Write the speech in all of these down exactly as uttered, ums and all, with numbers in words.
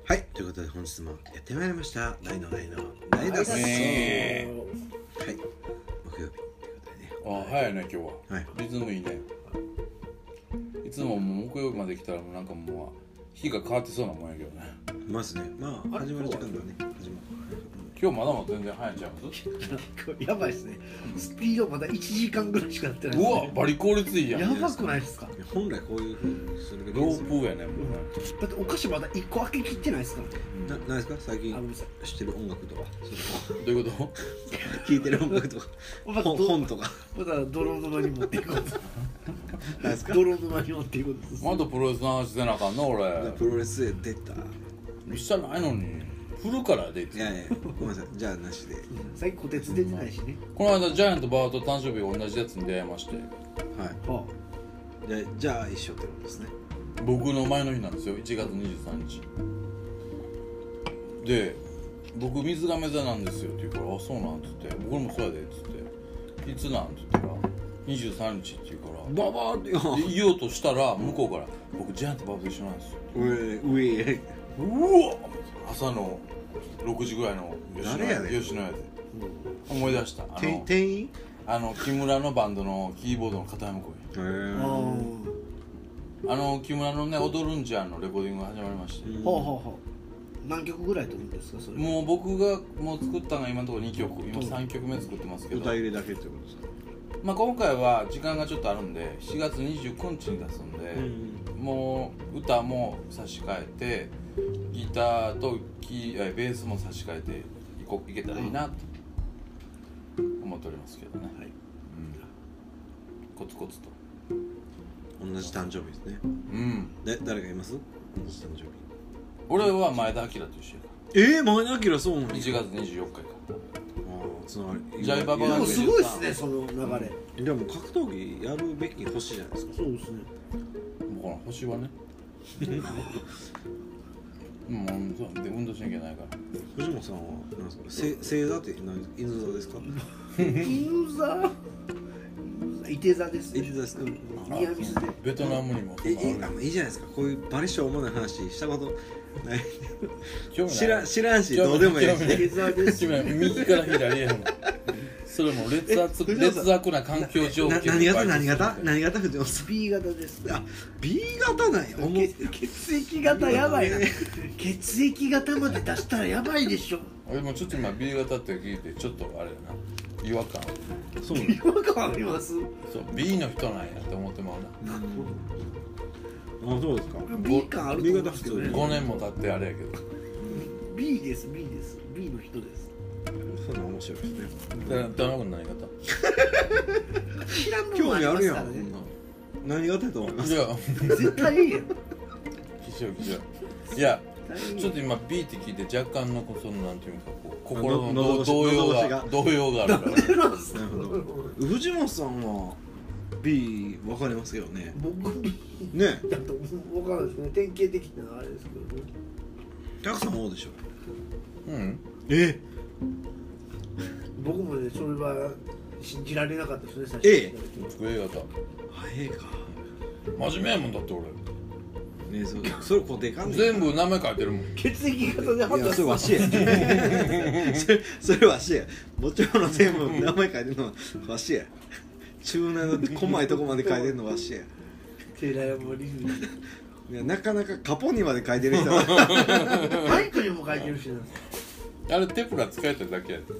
はい、ということで本日もやってまいりました大の大の大脱走。はい、木曜日ということでね。 あ、早いね今日は。 はい。 リズムいいね。いつももう木曜日まで来たらもうなんかもう日が変わってそうなもんやけどね。 まずね、まあ始まる時間がね、始まる。 今日まだまだ全然早いんちゃいます？ やばいですね。スピードまだいちじかんぐらいしかやってないですね。 うわ、バリ効率いいやん。 やばくないですか？ 本来こういう風にするべきロですよ。 ープやねもうね。 だってお菓子まだいっこ開けきってないですからね。 な、なんですか最近あごめんなさい知ってる音楽とか、それとかどういうこと？ 聞いてる音楽とか、 まだ本本とか。 まだ泥沼に持っていくこと。 なんですか？ 泥沼に持っていくことです。 まだプロレスの話せなあかんの俺。 プロレスへ出た。 したないのに。振るからでいついやいや、ごめんなさい。じゃあなしで。 最近小鉄出てないしね。 この間ジャイアントバーと誕生日同じやつに出会いまして、 はい。 はじゃあじゃあ一緒ってことですね。 僕の前の日なんですよ。いちがつにじゅうさんにちで、僕水亀座なんですよって言うから、あ、そうなんつって、僕もそうやでっつって、いつなんって言ったらにじゅうさんにちって言うからババーってで言おうとしたら向こうから僕ジャイアントバーと一緒なんですよ。 上上。 うわ、朝のろくじぐらいの吉野誰やねん家吉野家で思い出した。あ店の店員？ あの木村のバンドのキーボードの片山君。 へあ。 え。 あの木村のね踊るんじゃんのレコーディングが始まりまして、 ほうほうほう。何曲ぐらい取るんですかそれ？ もう僕がもう作ったのが今のところにきょく、今さんきょくめ作ってますけど、 歌入れだけってことですか？ まあ今回は時間がちょっとあるんでしがつにじゅうくにちに出すんで、 うんもう歌も差し替えてギターとキーベースも差し替えていこいけたらいいなと思っておりますけどね、はい、うん、コツコツと同じ誕生日ですね。 うんで、誰がいます？同じ誕生日。 俺は前田明と一緒やかえー、前田明そうなのらいちがつにじゅうよっかやかああ、つながり。 ジャイババがでもすごいですねその流れ。 でも格闘技やるべき星じゃないですか。 そうですね。 らもうこの星はねもうそうで運動しなきゃいけないから藤本さんは何ですか？せ星座って何犬座ですか？ 犬座いて座ですね。 いて座ですか？ ニアミスで。 ベトナムにもそえんなのあるえあのいいじゃないですか。こういうバリしょうもない話したことない。 興味ない知らん知らんしどうでもいいし。 興味ないいて座です。 興味ない右から左へのそれも劣悪え藤本さん劣悪な環境条件な何型何型何型藤本さん。 B 型です。 あ B 型なんや。思う血血液型やばいな。血液型まで出したらやばいでしょ。 俺もちょっと今 B 型って聞いてちょっとあれやな違和感そうなんや。 違和感あります。 そう B の人なんやって思ってまうなあ、そうですか。 B 感あると思うんですけどね。 ごねんも経ってあれやけど B です B です B の人です。 そんな面白いですね。 だ田中君何型？ 知らんの興味あるやん。 からね。 何型やと思います？ いや絶対いいやん。 気象気象いやちょっと今 B って聞いて若干のそのなんていうかこう心のの動動揺が動揺があるからなんでなんですか。 なるほど。藤本さんは B 分かりますけどね。 僕 B ね。 だと分からないですね。典型的なあれですけどね。 たくさんもでしょ。 うんえ僕もねそれは信じられなかったですね最初。 A 僕 A 型あ、ええか。 真面目やもんだって俺ね、それそれこうでかんねん。 全部名前書いてるもん血液型でいや、それわしや。それそれわしや。もちろん全部名前書いてるのはわしや。中年の細いとこまで書いてるのわしや。 寺山リズム。 いや、なかなかカポにまで書いてる人はマイクにも書いてるしなんです。 あれテプラ使えてるだけやで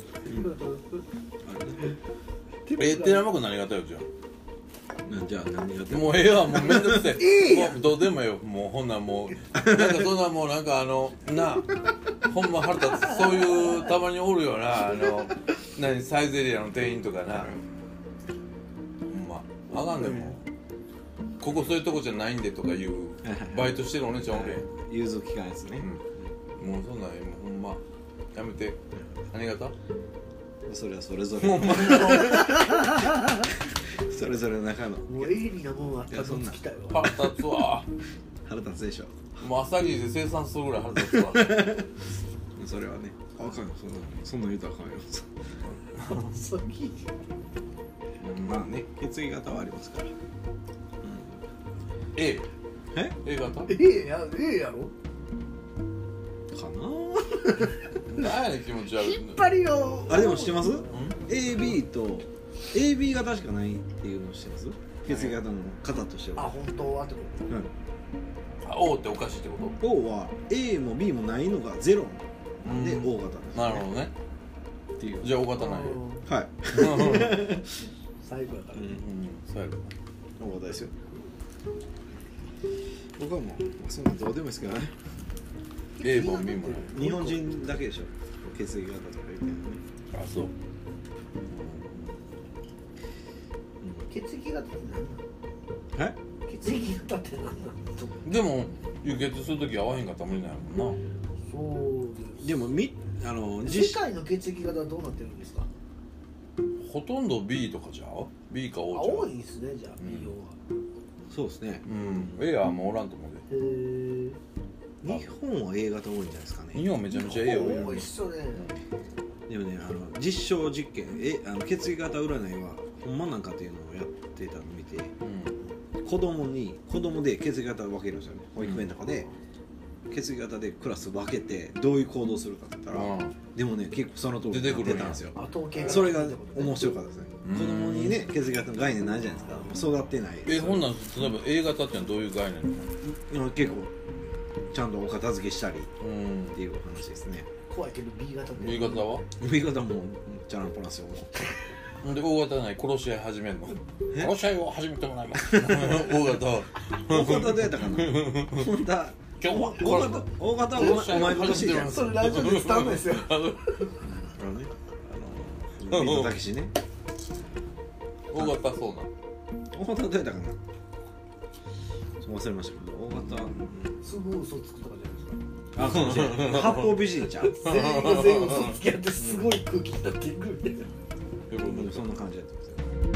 テえ寺山君何型よじゃなじゃあ何があもうええわもうめんどくせえええやんもうどうでもええよもうほんなんもうなんかそんなもうなんかあのなあほんま腹立つそういうたまにおるよなあの何サイゼリヤの店員とかなほんまあかんでもうここそういうとこじゃないんでとかいうバイトしてるお姉ちゃんおれ融通きかないですね。 うんもうそんなんもうほんまやめて何型それはそれぞれもうほんまそれぞれの中のもう鋭利なもんあったと尽きたよ。 腹立つわ腹立つでしょ。 もう朝霧で生産するぐらい腹立つわそれはね、あかんよ、そんなそんな言うとあかんよ。 先まあね、血液型はありますから。 A え A 型 A や A やろ。 何やねん気持ち悪い引っ張りよあれでも知ってます？ エービー と エービー 型しかないっていうのを知ってます？血液型の型としては。 あ、本当はってこうん、 あ O っておかしいってこ O は A も B もないのがゼロなんでうん O 型です、 となるほどねっていう。 じゃあ O 型となんやはい最後やからね、 うんそうやろ O 型ですよ。僕はもう、まあ、そんなんどうでもいいですけどね。 A も B もない日本人だけでしょ血液型とか言ってるのね。 あそう血液型って何なはいの？血液型って何なの？ でも輸血するとき合わへんかったら無理なんやもんなそうです。 でもみあの世実界の血液型はどうなってるんですか？ ほとんど B とかじゃう B か O あ、 じゃう多いんですね、じゃあ、 うん B 用そうですね。 うん A はもうおらんと思うでは。へえ。 日本は A 型多いんじゃないですかね。 日本めちゃめちゃ A 多いよ多いっすよね。 でもね、あの実証実験えあの血液型占いはほんまなんかっていうのをやってたのを見て、 うん子供に子供で血液型分けるんですよね。保育園とかで血液型でクラス分けてどういう行動するかって言ったら、 うんでもね結構その通りになってたんですよ。 あ、統計それが面白かったですね。 うん子供にね血液型の概念ないじゃないですか。育ってない。 えほんなん例えば A 型ってのはどういう概念なの今結構ちゃんとお片付けしたりっうんていう話ですね。 怖いけど B 型って B 型は B 型もチャランポランスよ。もうほんで O 型ない殺し合い始めんのえ殺し合いを始めてもらいます O 型は大型どうやったかな。本当は今日は大型大型はお前お前の年じゃん。 それラジオで伝わんないですよ。 あのね、あの水野武史ね。 O 型そうな大型どうやったかな。忘れましたけど、大型。 すぐ嘘つくとかじゃないですか。 あ、かもしれない。八方美人ちゃう。 全員が全員嘘つき合ってすごい空気になっていくみたいな。 ということでそんな感じだったんですよ。